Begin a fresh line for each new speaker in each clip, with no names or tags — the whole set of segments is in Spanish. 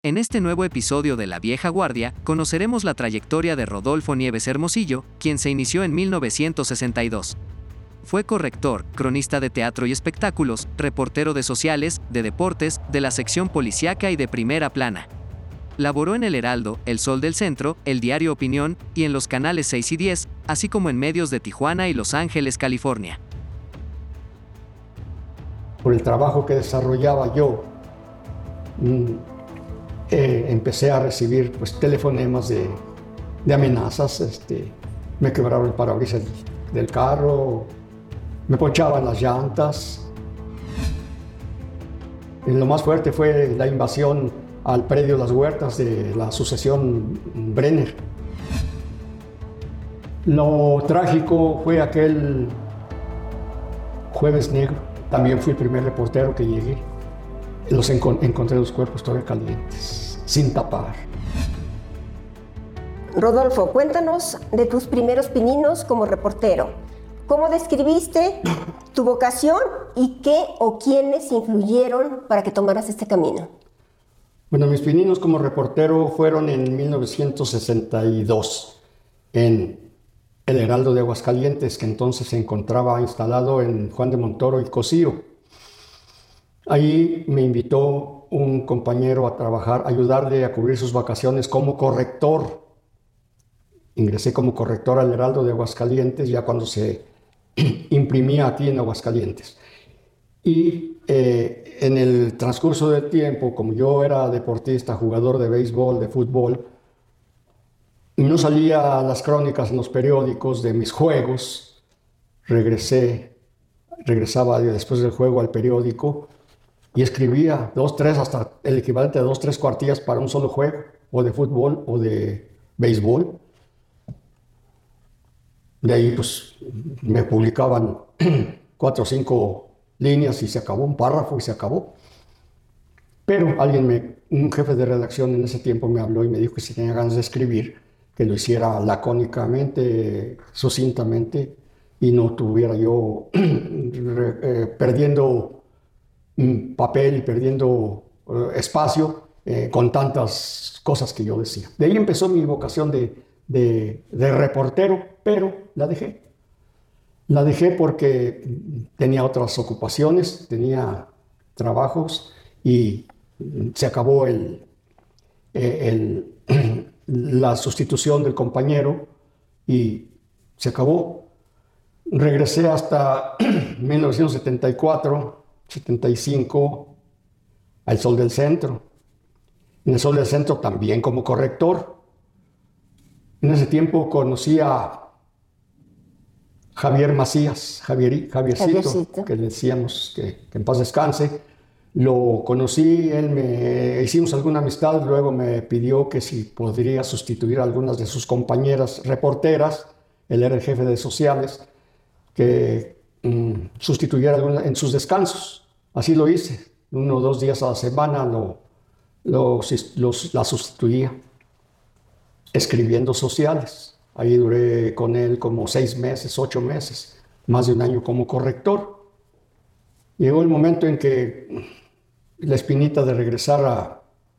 En este nuevo episodio de La Vieja Guardia, conoceremos la trayectoria de Rodolfo Nieves Hermosillo, quien se inició en 1962. Fue corrector, cronista de teatro y espectáculos, reportero de sociales, de deportes, de la sección policíaca y de Primera Plana. Laboró en El Heraldo, El Sol del Centro, El Diario Opinión y en los canales 6 y 10, así como en medios de Tijuana y Los Ángeles, California.
Por el trabajo que desarrollaba yo, empecé a recibir telefonemas de amenazas. Me quebraron el parabrisas del carro, me ponchaban las llantas. Y lo más fuerte fue la invasión al predio Las Huertas de la sucesión Brenner. Lo trágico fue aquel Jueves Negro. También fui el primer reportero que llegué. Encontré los cuerpos todavía calientes, sin tapar.
Rodolfo, cuéntanos de tus primeros pininos como reportero. ¿Cómo describiste tu vocación y qué o quiénes influyeron para que tomaras este camino?
Bueno, mis pininos como reportero fueron en 1962, en El Heraldo de Aguascalientes, que entonces se encontraba instalado en Juan de Montoro y Cocío. Ahí me invitó un compañero a trabajar, a ayudarle a cubrir sus vacaciones como corrector. Ingresé como corrector al Heraldo de Aguascalientes ya cuando se imprimía aquí en Aguascalientes. Y en el transcurso del tiempo, como yo era deportista, jugador de béisbol, de fútbol, y no salía a las crónicas en los periódicos de mis juegos, regresaba después del juego al periódico y escribía 2, 3, hasta el equivalente a 2, 3 cuartillas para un solo juego, o de fútbol o de béisbol. De ahí pues me publicaban 4 o 5 líneas y se acabó, un párrafo y se acabó. Pero un jefe de redacción en ese tiempo me habló y me dijo que si tenía ganas de escribir, que lo hiciera lacónicamente, sucintamente, y no tuviera yo perdiendo papel y perdiendo espacio con tantas cosas que yo decía. De ahí empezó mi vocación de reportero, pero la dejé. La dejé porque tenía otras ocupaciones, tenía trabajos y se acabó la sustitución del compañero y se acabó. Regresé hasta 1974, 75 al Sol del Centro. En el Sol del Centro también como corrector. En ese tiempo conocí a Javier Macías, Javiercito, que le decíamos que en paz descanse. Lo conocí, hicimos alguna amistad, luego me pidió que si podría sustituir a algunas de sus compañeras reporteras, él era el jefe de sociales, que sustituyera en sus descansos. Así lo hice, 1 o 2 días a la semana la sustituía, escribiendo sociales. Ahí duré con él como 6 meses, 8 meses, más de 1 año como corrector. Llegó el momento en que la espinita de regresar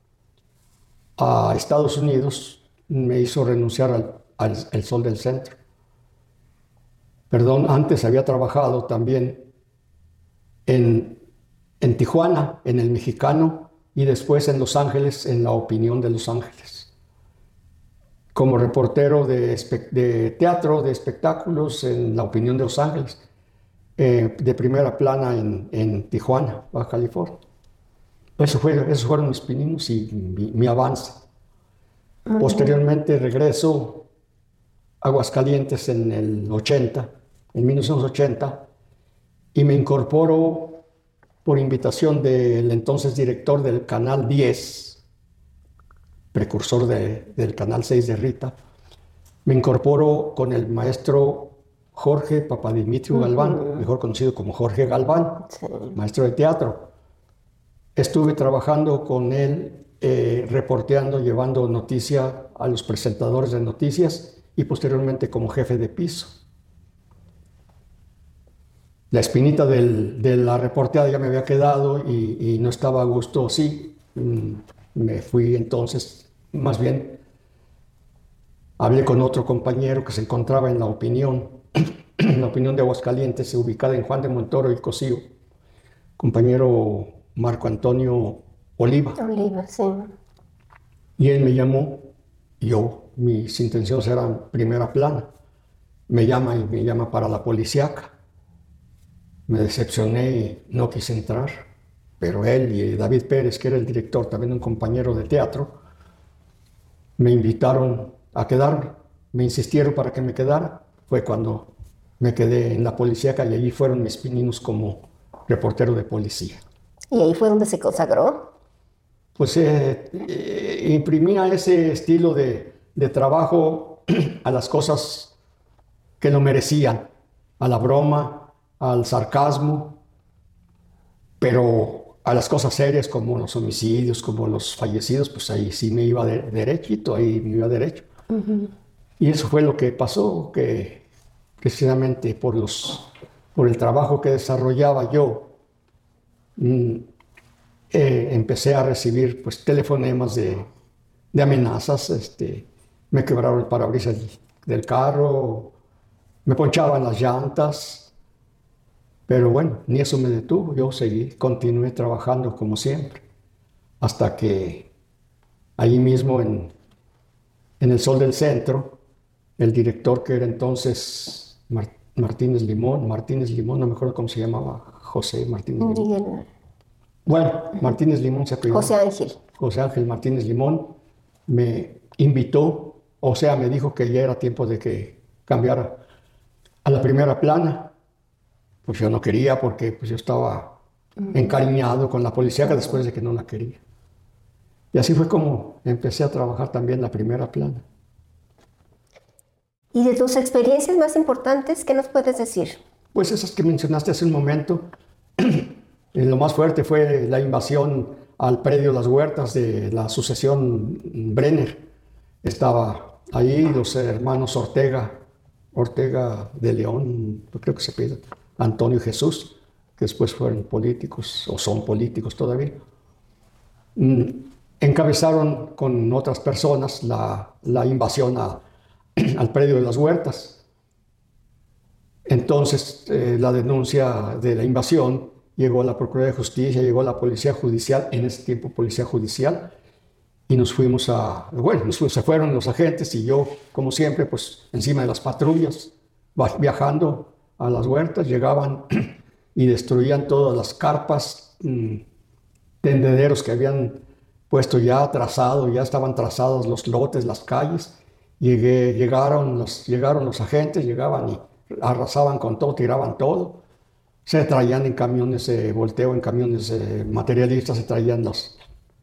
a Estados Unidos me hizo renunciar al Sol del Centro. Perdón, antes había trabajado también en Tijuana, en El Mexicano, y después en Los Ángeles, en La Opinión de Los Ángeles, como reportero de teatro, de espectáculos en La Opinión de Los Ángeles, de Primera Plana en Tijuana, Baja California. Esos fueron mis pininos y mi avance. Posteriormente regreso a Aguascalientes en 1980, y me incorporo por invitación del entonces director del Canal 10, precursor del Canal 6 de Rita. Me incorporo con el maestro Jorge Papadimitrio Galván, mejor conocido como Jorge Galván, maestro de teatro. Estuve trabajando con él, reporteando, llevando noticia a los presentadores de noticias y posteriormente como jefe de piso. La espinita de la reporteada ya me había quedado y no estaba a gusto. Sí, me fui entonces, más bien, hablé con otro compañero que se encontraba en La Opinión, La Opinión de Aguascalientes, ubicada en Juan de Montoro y Cocío, compañero Marco Antonio Oliva.
Oliva, sí.
Y él me llamó, mis intenciones eran primera plana. Me llama para la policíaca. Me decepcioné y no quise entrar, pero él y David Pérez, que era el director, también un compañero de teatro, me invitaron a quedarme, me insistieron para que me quedara. Fue cuando me quedé en la policíaca y allí fueron mis pininos como reportero de policía.
¿Y ahí fue donde se consagró?
Pues imprimía ese estilo de trabajo a las cosas que lo merecían, a la broma, al sarcasmo, pero a las cosas serias como los homicidios, como los fallecidos, pues ahí sí me iba derechito, ahí me iba derecho. Y eso fue lo que pasó, que precisamente por el trabajo que desarrollaba yo, empecé a recibir pues telefonemas de amenazas, me quebraron el parabrisas del carro, me ponchaban las llantas, pero bueno, ni eso me detuvo, yo continué trabajando como siempre, hasta que allí mismo en el Sol del Centro, el director que era entonces Martínez Limón, no me acuerdo cómo se llamaba, José Martínez Limón. Bueno, Martínez Limón se apellidó. José Ángel Martínez Limón me invitó, o sea, me dijo que ya era tiempo de que cambiara a la primera plana. Pues yo no quería porque pues, yo estaba encariñado con la policía después de que no la quería. Y así fue como empecé a trabajar también la primera plana.
¿Y de tus experiencias más importantes, qué nos puedes decir?
Pues esas que mencionaste hace un momento. Lo más fuerte fue la invasión al predio Las Huertas de la sucesión Brenner. Estaba ahí los hermanos Ortega de León, creo que se pide, Antonio y Jesús, que después fueron políticos, o son políticos todavía. Encabezaron con otras personas la invasión al predio de Las Huertas. Entonces, la denuncia de la invasión llegó a la Procuraduría de Justicia, llegó a la Policía Judicial, en ese tiempo Policía Judicial, y nos fuimos se fueron los agentes y yo, como siempre, pues encima de las patrullas, viajando a Las Huertas, llegaban y destruían todas las carpas, tendederos que habían puesto ya trazado, ya estaban trazados los lotes, las calles. Llegaron los agentes, llegaban y arrasaban con todo, tiraban todo. Se traían en camiones de volteo, en camiones materialistas, se traían los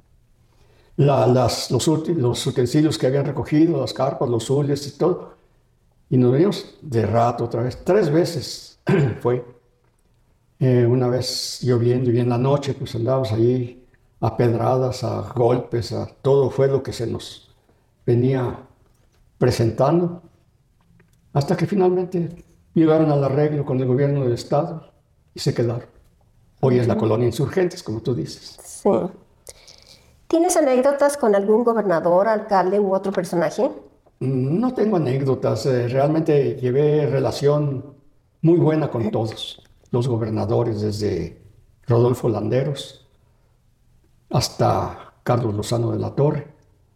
utensilios que habían recogido, las carpas, los zules y todo. Y nos venimos de rato otra vez, 3 veces fue. Una vez lloviendo y en la noche pues andábamos ahí a pedradas, a golpes, a todo fue lo que se nos venía presentando, hasta que finalmente llegaron al arreglo con el gobierno del estado y se quedaron. Hoy es la colonia Insurgentes, como tú dices.
Sí. ¿Tienes anécdotas con algún gobernador, alcalde u otro personaje?
No tengo anécdotas. Realmente llevé relación muy buena con todos los gobernadores, desde Rodolfo Landeros hasta Carlos Lozano de la Torre.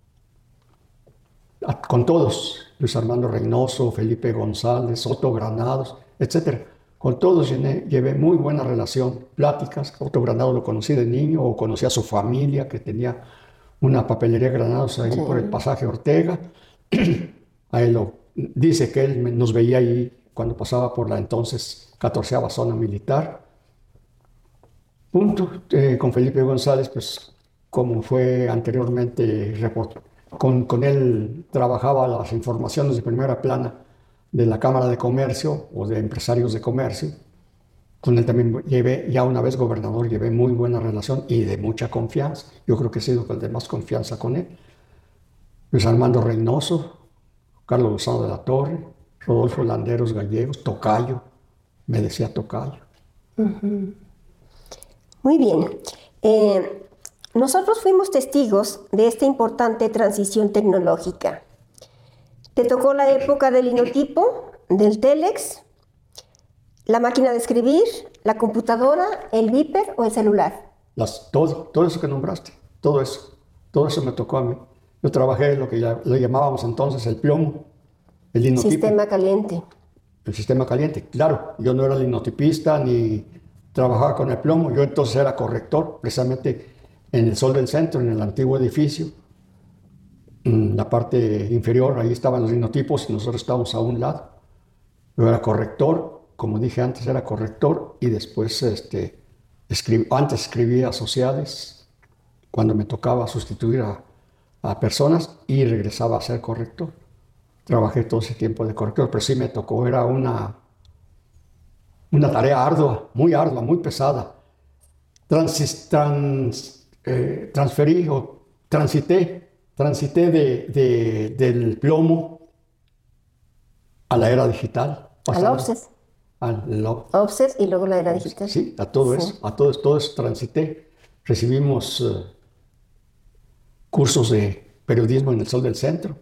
Con todos, Luis Armando Reynoso, Felipe González, Otto Granados, etc. Con todos llevé muy buena relación, pláticas. Otto Granados lo conocí de niño, o conocí a su familia, que tenía una papelería Granados ahí por el pasaje Ortega. A él dice que él nos veía ahí cuando pasaba por la entonces 14ª zona militar. Punto. Con Felipe González, pues como fue anteriormente con él trabajaba las informaciones de primera plana de la Cámara de Comercio o de empresarios de comercio. Con él también ya una vez gobernador, llevé muy buena relación y de mucha confianza. Yo creo que he sido el de más confianza con él. Luis Armando Reynoso, Carlos Lozano de la Torre, Rodolfo Landeros Gallegos, Tocayo, me decía Tocayo.
Muy bien. Nosotros fuimos testigos de esta importante transición tecnológica. Te tocó la época del linotipo, del telex, la máquina de escribir, la computadora, el viper o el celular.
Todo eso que nombraste, todo eso me tocó a mí. Yo trabajé en lo que lo llamábamos entonces el plomo, el linotipo.
Sistema caliente.
El sistema caliente, claro. Yo no era linotipista ni trabajaba con el plomo. Yo entonces era corrector, precisamente en el Sol del Centro, en el antiguo edificio. En la parte inferior, ahí estaban los linotipos y nosotros estábamos a un lado. Yo era corrector, como dije antes, era corrector y después antes escribía sociales cuando me tocaba sustituir a personas y regresaba a ser corrector. Trabajé todo ese tiempo de corrector, pero sí me tocó, era una tarea ardua, muy pesada. Transité del plomo a la era digital.
Al offset. Offset y luego la era digital.
Sí, a todo eso transité. Recibimos cursos de periodismo en el Sol del Centro.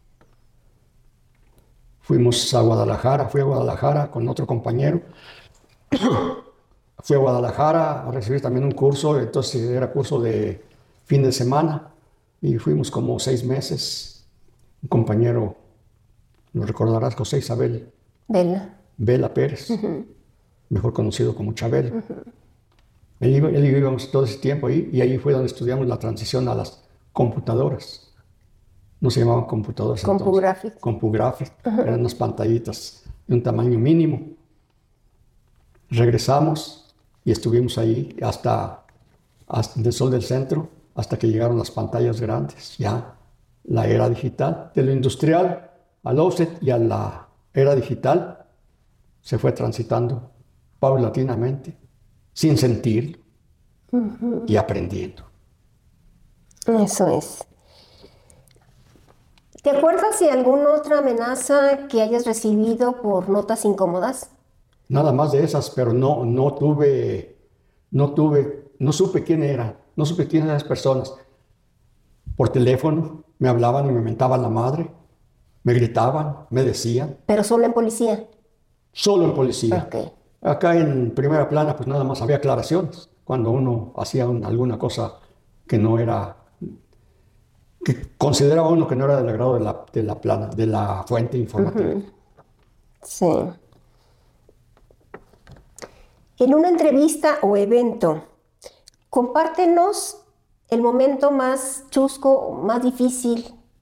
Fui a Guadalajara con otro compañero. Fui a Guadalajara a recibir también un curso, entonces era curso de fin de semana y fuimos como 6 meses. Un compañero, lo recordarás, José Isabel Vela Pérez, mejor conocido como Chabelo. Él y yo íbamos todo ese tiempo ahí y ahí fue donde estudiamos la transición a las computadoras. No se llamaban computadoras entonces. CompuGraphic. Eran unas pantallitas de un tamaño mínimo. Regresamos y estuvimos ahí hasta el Sol del Centro, hasta que llegaron las pantallas grandes, ya la era digital. De lo industrial al offset y a la era digital se fue transitando paulatinamente, sin sentirlo y aprendiendo.
Eso es. ¿Te acuerdas de alguna otra amenaza que hayas recibido por notas incómodas?
Nada más de esas, pero no supe quién eran, no supe quién eran las personas. Por teléfono me hablaban y me mentaban la madre, me gritaban, me decían.
¿Pero solo en policía?
Solo en policía.
Okay.
Acá en primera plana pues nada más había aclaraciones, cuando uno hacía alguna cosa que no era, que consideraba uno que no era del agrado de la fuente informativa.
Sí. En una entrevista o evento, compártenos el momento más chusco, más difícil.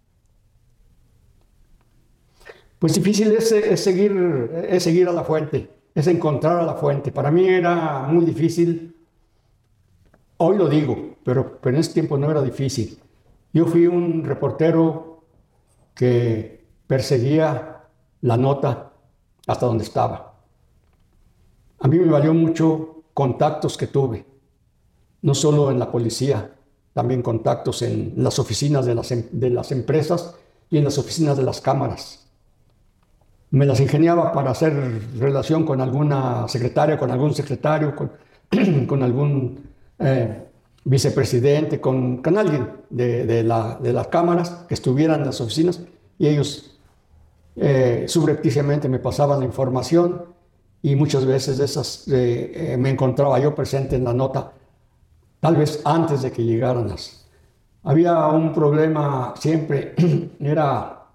Pues difícil es seguir a la fuente, es encontrar a la fuente. Para mí era muy difícil, hoy lo digo, pero en ese tiempo no era difícil. Yo fui un reportero que perseguía la nota hasta donde estaba. A mí me valió mucho contactos que tuve, no solo en la policía, también contactos en las oficinas de las empresas y en las oficinas de las cámaras. Me las ingeniaba para hacer relación con alguna secretaria, con algún secretario, con algún vicepresidente, con alguien de las cámaras que estuvieran en las oficinas, y ellos subrepticiamente me pasaban la información. Y muchas veces de esas me encontraba yo presente en la nota, tal vez antes de que llegaran las. Había un problema siempre, era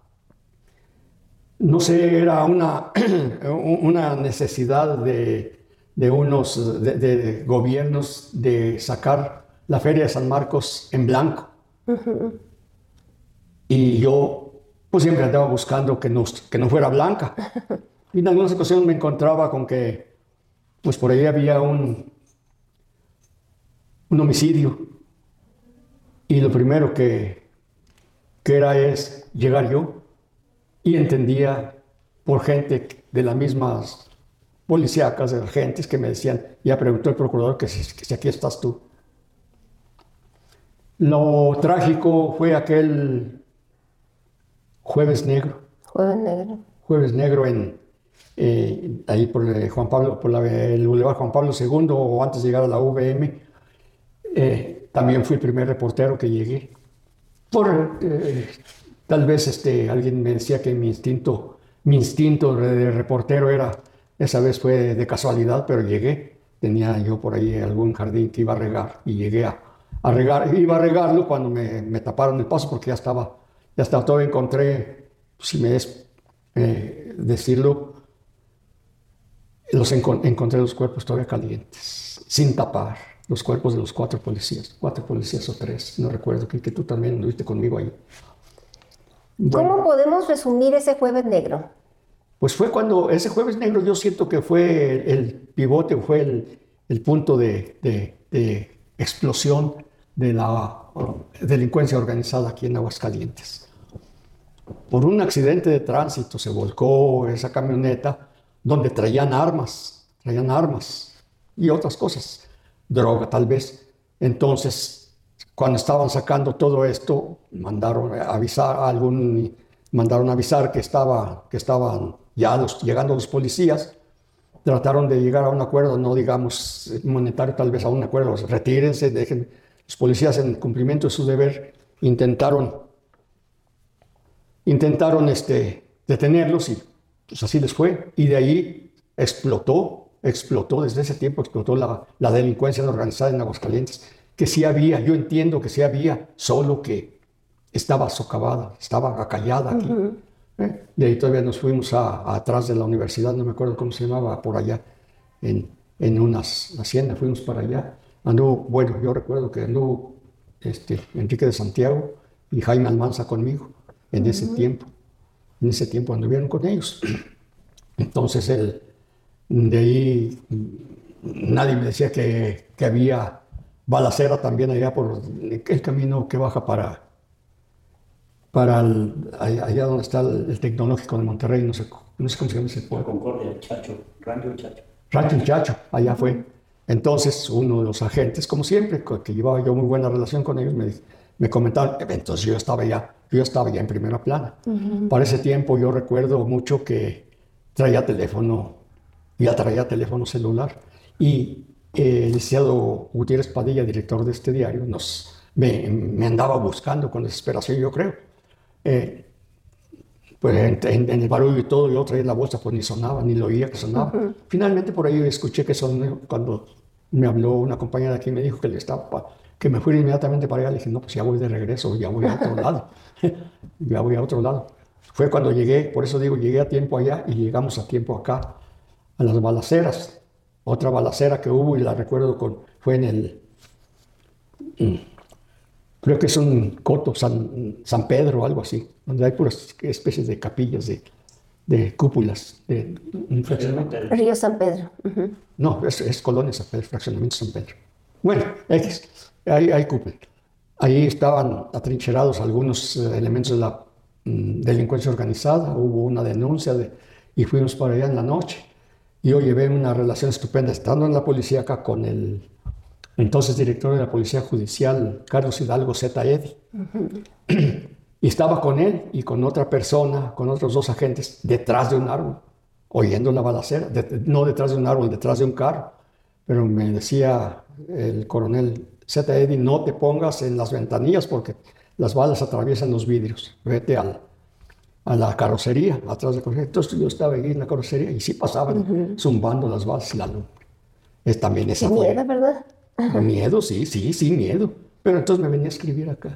una necesidad de unos de gobiernos de sacar la Feria de San Marcos en blanco. Y yo pues siempre andaba buscando que no fuera blanca. Y en algunas ocasiones me encontraba con que, pues por ahí había un homicidio. Y lo primero que era es llegar yo. Y entendía por gente de las mismas policíacas, de agentes que me decían, ya preguntó el procurador que si aquí estás tú. Lo trágico fue aquel Jueves Negro. Jueves Negro ahí por el Boulevard Juan Pablo II, o antes de llegar a la VM, también fui el primer reportero que llegué. Tal vez alguien me decía que mi instinto de reportero esa vez fue de casualidad, pero llegué. Tenía yo por ahí algún jardín que iba a regar y llegué a regar. Iba a regarlo cuando me taparon el paso porque ya estaba, todavía encontré, si me es decirlo, encontré los cuerpos todavía calientes, sin tapar, los cuerpos de los cuatro policías o tres, no recuerdo, que tú también anduviste conmigo ahí. Bueno,
¿Cómo podemos resumir ese Jueves Negro?
pues fue cuando ese Jueves Negro yo siento que fue el pivote, fue el punto de explosión de la delincuencia organizada aquí en Aguascalientes. Por un accidente de tránsito se volcó esa camioneta donde traían armas y otras cosas, droga tal vez. Entonces, cuando estaban sacando todo esto, mandaron a avisar que estaban ya llegando los policías. Trataron de llegar a un acuerdo, no digamos monetario, tal vez a un acuerdo, retírense, dejen. Los policías, en cumplimiento de su deber, intentaron detenerlos y pues así les fue. Y de ahí explotó, desde ese tiempo explotó la delincuencia organizada en Aguascalientes, que sí había, yo entiendo que sí había, solo que estaba socavada, estaba acallada aquí. De ahí todavía nos fuimos atrás de la universidad, no me acuerdo cómo se llamaba, por allá, en una hacienda, fuimos para allá. Yo recuerdo que anduvo Enrique de Santiago y Jaime Almanza conmigo en ese tiempo. En ese tiempo anduvieron con ellos. Entonces, de ahí nadie me decía que había balacera también allá por el camino que baja para allá donde está el Tecnológico de Monterrey, no sé cómo se llama ese pueblo.
Concordia, Rancho Chacho.
Rancho Chacho, allá fue. Entonces, uno de los agentes, como siempre, que llevaba yo muy buena relación con ellos, me comentaban, entonces yo estaba ya en primera plana. Para ese tiempo yo recuerdo mucho que traía teléfono celular. Y el licenciado Gutiérrez Padilla, director de este diario, me andaba buscando con desesperación, yo creo. Pues en el barullo y todo, yo traía la bolsa, pues ni sonaba, ni lo oía que sonaba. Finalmente por ahí escuché que sonó cuando me habló una compañera de aquí y me dijo que me fuera inmediatamente para allá. Le dije, no, pues ya voy de regreso, ya voy a otro lado. Ya voy a otro lado. Fue cuando llegué, por eso digo, llegué a tiempo allá y llegamos a tiempo acá, a las balaceras. Otra balacera que hubo, y la recuerdo fue en creo que es un coto, San Pedro o algo así, donde hay puras especies de capillas, de cúpulas, de un fraccionamiento.
Río San Pedro.
No, es Colonia San Pedro, fraccionamiento San Pedro. Bueno, hay cúpula. Ahí estaban atrincherados algunos elementos de la delincuencia organizada. Hubo una denuncia y fuimos para allá en la noche. Y yo llevé una relación estupenda, estando en la policía acá, con el entonces director de la Policía Judicial, Carlos Hidalgo Z. Eddy. Y estaba con él y con otra persona, con otros dos agentes, detrás de un árbol, oyendo la balacera. No detrás de un árbol, detrás de un carro. Pero me decía el coronel Z. Eddy, no te pongas en las ventanillas porque las balas atraviesan los vidrios. Vete a la carrocería, atrás de la carrocería. Entonces yo estaba ahí en la carrocería y sí pasaban zumbando las balas y la lumbre. También esa
Qué
fue.
miedo, ¿verdad?
Miedo, sí, miedo. Pero entonces me venía a escribir acá.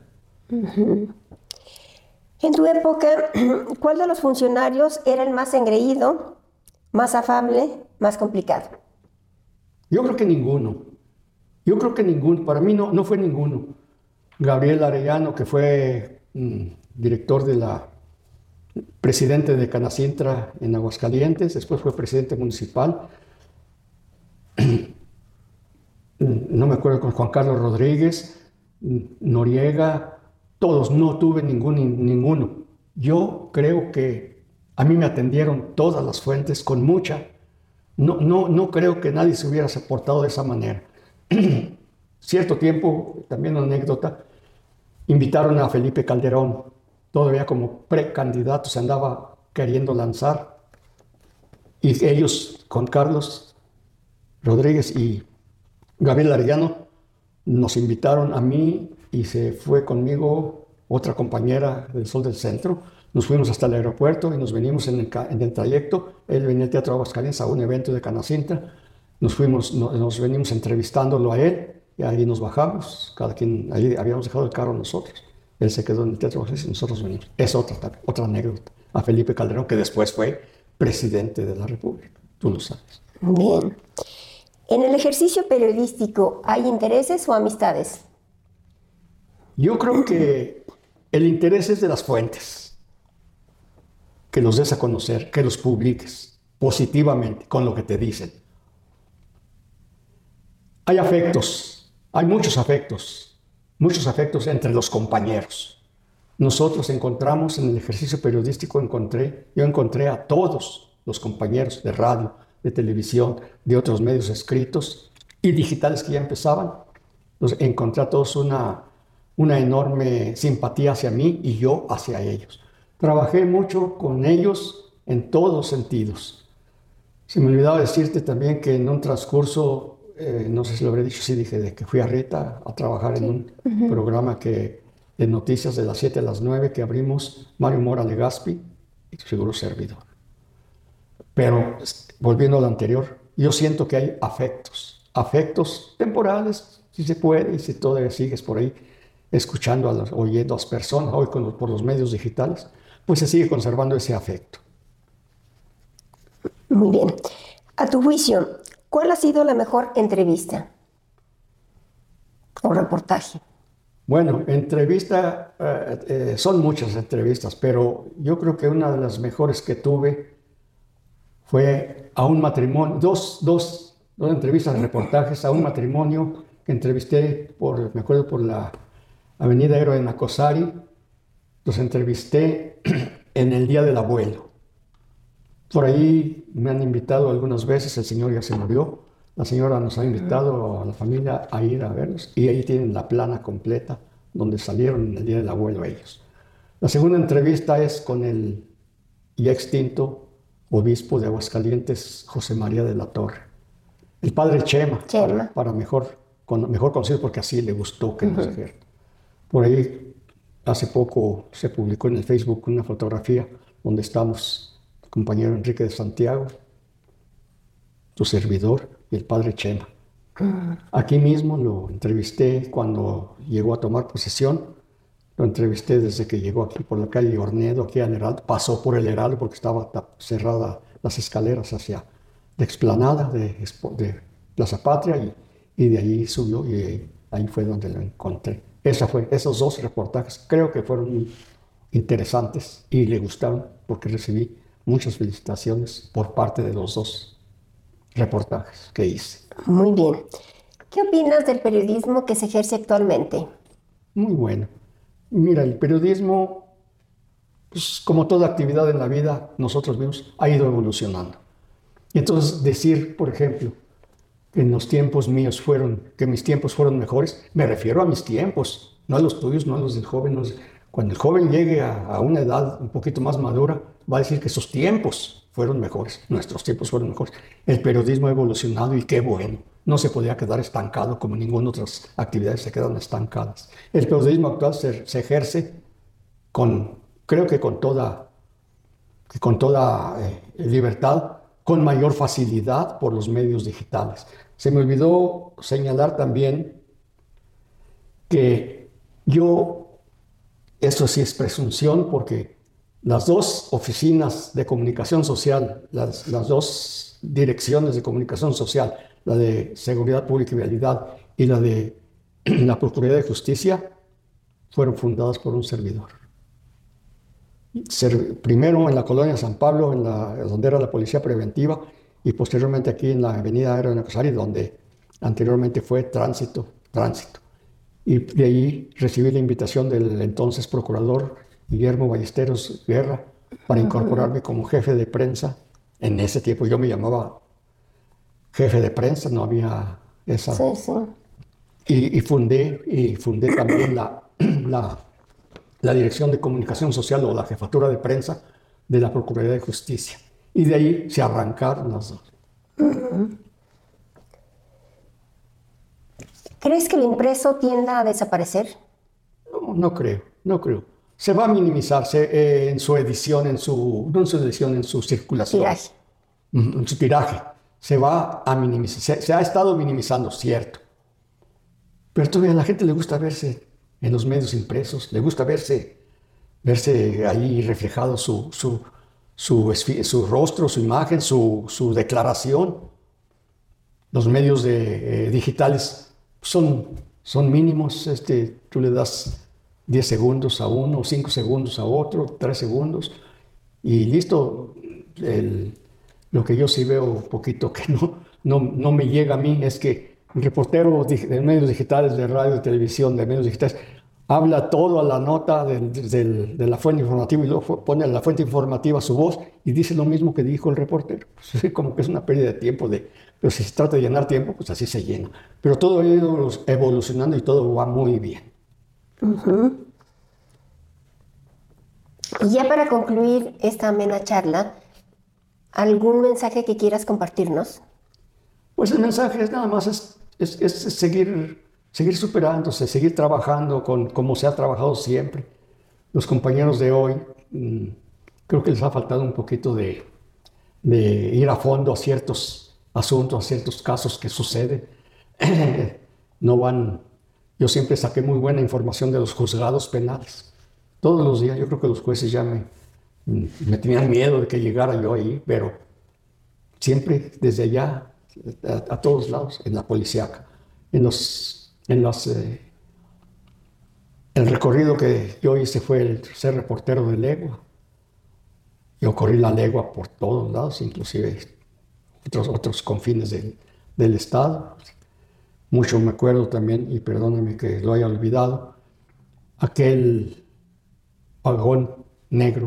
En tu época, ¿cuál de los funcionarios era el más engreído, más afable, más complicado?
Yo creo que ninguno. Para mí no fue ninguno. Gabriel Arellano, que fue presidente de Canacintra en Aguascalientes, después fue presidente municipal. No me acuerdo, con Juan Carlos Rodríguez, Noriega, todos, no tuve ninguno. Yo creo que a mí me atendieron todas las fuentes con mucha. No creo que nadie se hubiera portado de esa manera. Cierto tiempo, también una anécdota, invitaron a Felipe Calderón, todavía como precandidato, se andaba queriendo lanzar. Y ellos, Juan Carlos Rodríguez y Gabriel Arellano, nos invitaron a mí y se fue conmigo otra compañera del Sol del Centro. Nos fuimos hasta el aeropuerto y nos venimos en el trayecto. Él venía al Teatro Aguascalientes a un evento de Canacintra. Nos venimos entrevistándolo a él y ahí nos bajamos. Cada quien, ahí habíamos dejado el carro nosotros. Él se quedó en el Teatro Aguascalientes y nosotros venimos. Es otra anécdota. A Felipe Calderón, que después fue presidente de la República. Tú lo sabes.
Bien. ¿En el ejercicio periodístico hay intereses o amistades?
Yo creo que el interés es de las fuentes, que los des a conocer, que los publiques positivamente con lo que te dicen. Hay afectos, hay muchos afectos entre los compañeros. Nosotros encontramos en el ejercicio periodístico, yo encontré a todos los compañeros de radio, de televisión, de otros medios escritos y digitales que ya empezaban. Entonces, encontré a todos una enorme simpatía hacia mí y yo hacia ellos. Trabajé mucho con ellos en todos sentidos. Se me olvidaba decirte también que en un transcurso, no sé si lo habré dicho, sí dije, de que fui a Rita a trabajar en un programa de noticias de las 7 a las 9 que abrimos Mario Mora Legaspi y tu seguro servidor. Pero volviendo a lo anterior, yo siento que hay afectos temporales, si se puede, y si todavía sigues por ahí escuchando, oyendo a las personas, hoy por los medios digitales, pues se sigue conservando ese afecto.
Muy bien. A tu juicio, ¿cuál ha sido la mejor entrevista o reportaje?
Bueno, son muchas entrevistas, pero yo creo que una de las mejores que tuve fue a un matrimonio, dos entrevistas, reportajes a un matrimonio que entrevisté, me acuerdo, por la Avenida Héroe de Nacosari. Los entrevisté en el Día del Abuelo. Por ahí me han invitado algunas veces, el señor ya se murió, la señora nos ha invitado a la familia a ir a verlos y ahí tienen la plana completa donde salieron en el Día del Abuelo ellos. La segunda entrevista es con el ya extinto obispo de Aguascalientes, José María de la Torre. El padre Chema. Para mejor conocido porque así le gustó que nos dijera. Por ahí, hace poco se publicó en el Facebook una fotografía donde estamos el compañero Enrique de Santiago, tu servidor y el padre Chema. Aquí mismo lo entrevisté cuando llegó a tomar posesión. Lo entrevisté desde que llegó aquí por la calle Ornedo, aquí al Heraldo. Pasó por el Heraldo porque estaba cerrada las escaleras hacia la explanada de Plaza Patria y de allí subió y ahí fue donde lo encontré. Esos dos reportajes creo que fueron muy interesantes y le gustaron porque recibí muchas felicitaciones por parte de los dos reportajes que hice.
Muy bien. ¿Qué opinas del periodismo que se ejerce actualmente?
Muy bueno. Mira, el periodismo, pues, como toda actividad en la vida, nosotros mismos, ha ido evolucionando. Y entonces decir, por ejemplo, que mis tiempos fueron mejores, me refiero a mis tiempos, no a los tuyos, no a los del joven. Cuando el joven llegue a una edad un poquito más madura, va a decir que sus tiempos fueron mejores, nuestros tiempos fueron mejores. El periodismo ha evolucionado y qué bueno. No se podía quedar estancado como ninguna otras actividades se quedan estancadas. El periodismo actual se ejerce creo que con toda libertad, con mayor facilidad por los medios digitales. Se me olvidó señalar también que esto sí es presunción, porque las dos oficinas de comunicación social, las dos direcciones de comunicación social, la de Seguridad Pública y Vialidad y la de la Procuraduría de Justicia, fueron fundadas por un servidor. Primero en la colonia San Pablo, donde era la policía preventiva, y posteriormente aquí en la avenida Héroe de Nacosari, donde anteriormente fue tránsito. Y de ahí recibí la invitación del entonces procurador Guillermo Ballesteros Guerra para incorporarme como jefe de prensa. En ese tiempo yo me llamaba jefe de prensa, no había esa...
Sí.
Y fundé también la Dirección de Comunicación Social o la Jefatura de Prensa de la Procuraduría de Justicia. Y de ahí se arrancaron las dos.
¿Crees que lo impreso tienda a desaparecer?
No creo. Se va a minimizarse en su edición, no en su edición, en su circulación.
Tiraje.
En su tiraje. Se va a minimizar. Se ha estado minimizando, cierto. Pero todavía a la gente le gusta verse en los medios impresos, le gusta verse ahí reflejado su rostro, su imagen, su declaración. Los medios digitales son mínimos. Tú le das 10 segundos a uno, 5 segundos a otro, 3 segundos, y listo. Lo que yo sí veo un poquito que no me llega a mí es que el reportero de medios digitales, de radio, de televisión, de medios digitales, habla todo a la nota de la fuente informativa y luego pone a la fuente informativa su voz y dice lo mismo que dijo el reportero. Pues, como que es una pérdida de tiempo, pero si se trata de llenar tiempo, pues así se llena. Pero todo ha ido evolucionando y todo va muy bien.
Uh-huh. Y ya para concluir esta amena charla, ¿algún mensaje que quieras compartirnos?
Pues el mensaje es nada más es seguir superándose, seguir trabajando como se ha trabajado siempre. Los compañeros de hoy, creo que les ha faltado un poquito de ir a fondo a ciertos asuntos, a ciertos casos que suceden. Yo siempre saqué muy buena información de los juzgados penales. Todos los días yo creo que los jueces ya me tenían miedo de que llegara yo ahí, pero siempre desde allá, a todos lados, en la policíaca, el recorrido que yo hice fue el ser reportero de legua. Yo corrí la legua por todos lados, inclusive otros confines del estado. Mucho me acuerdo también, y perdóname que lo haya olvidado, aquel vagón negro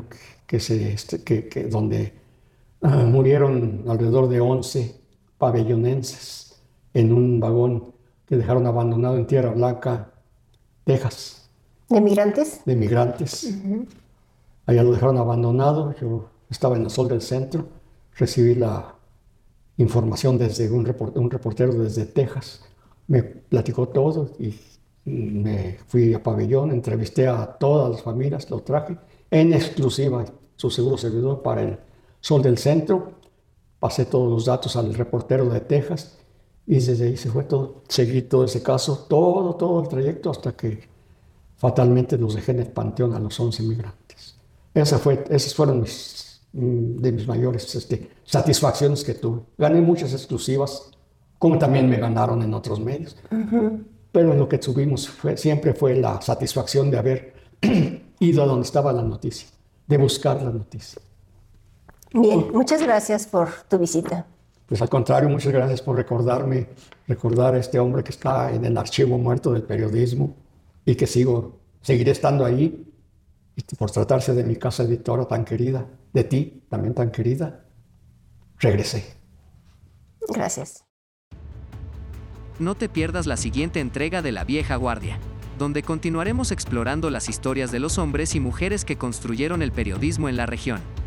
donde murieron alrededor de 11 pabellonenses en un vagón que dejaron abandonado en Tierra Blanca, Texas.
¿De migrantes?
De migrantes. Uh-huh. Allá lo dejaron abandonado. Yo estaba en el Sol del Centro, recibí la información desde un reportero desde Texas. Me platicó todo y me fui a pabellón, entrevisté a todas las familias, lo traje en exclusiva, su seguro servidor, para el Sol del Centro. Pasé todos los datos al reportero de Texas y desde ahí se fue todo. Seguí todo ese caso, todo el trayecto hasta que fatalmente los dejé en el panteón a los 11 migrantes. Esas fueron de mis mayores satisfacciones que tuve. Gané muchas exclusivas, como también me ganaron en otros medios. Uh-huh. Pero lo que tuvimos siempre fue la satisfacción de haber ido a donde estaba la noticia, de buscar la noticia.
Bien, muchas gracias por tu visita.
Pues al contrario, muchas gracias por recordar a este hombre que está en el archivo muerto del periodismo y que seguiré estando ahí, y por tratarse de mi casa editora tan querida, de ti también tan querida, regresé.
Gracias.
No te pierdas la siguiente entrega de La Vieja Guardia, donde continuaremos explorando las historias de los hombres y mujeres que construyeron el periodismo en la región.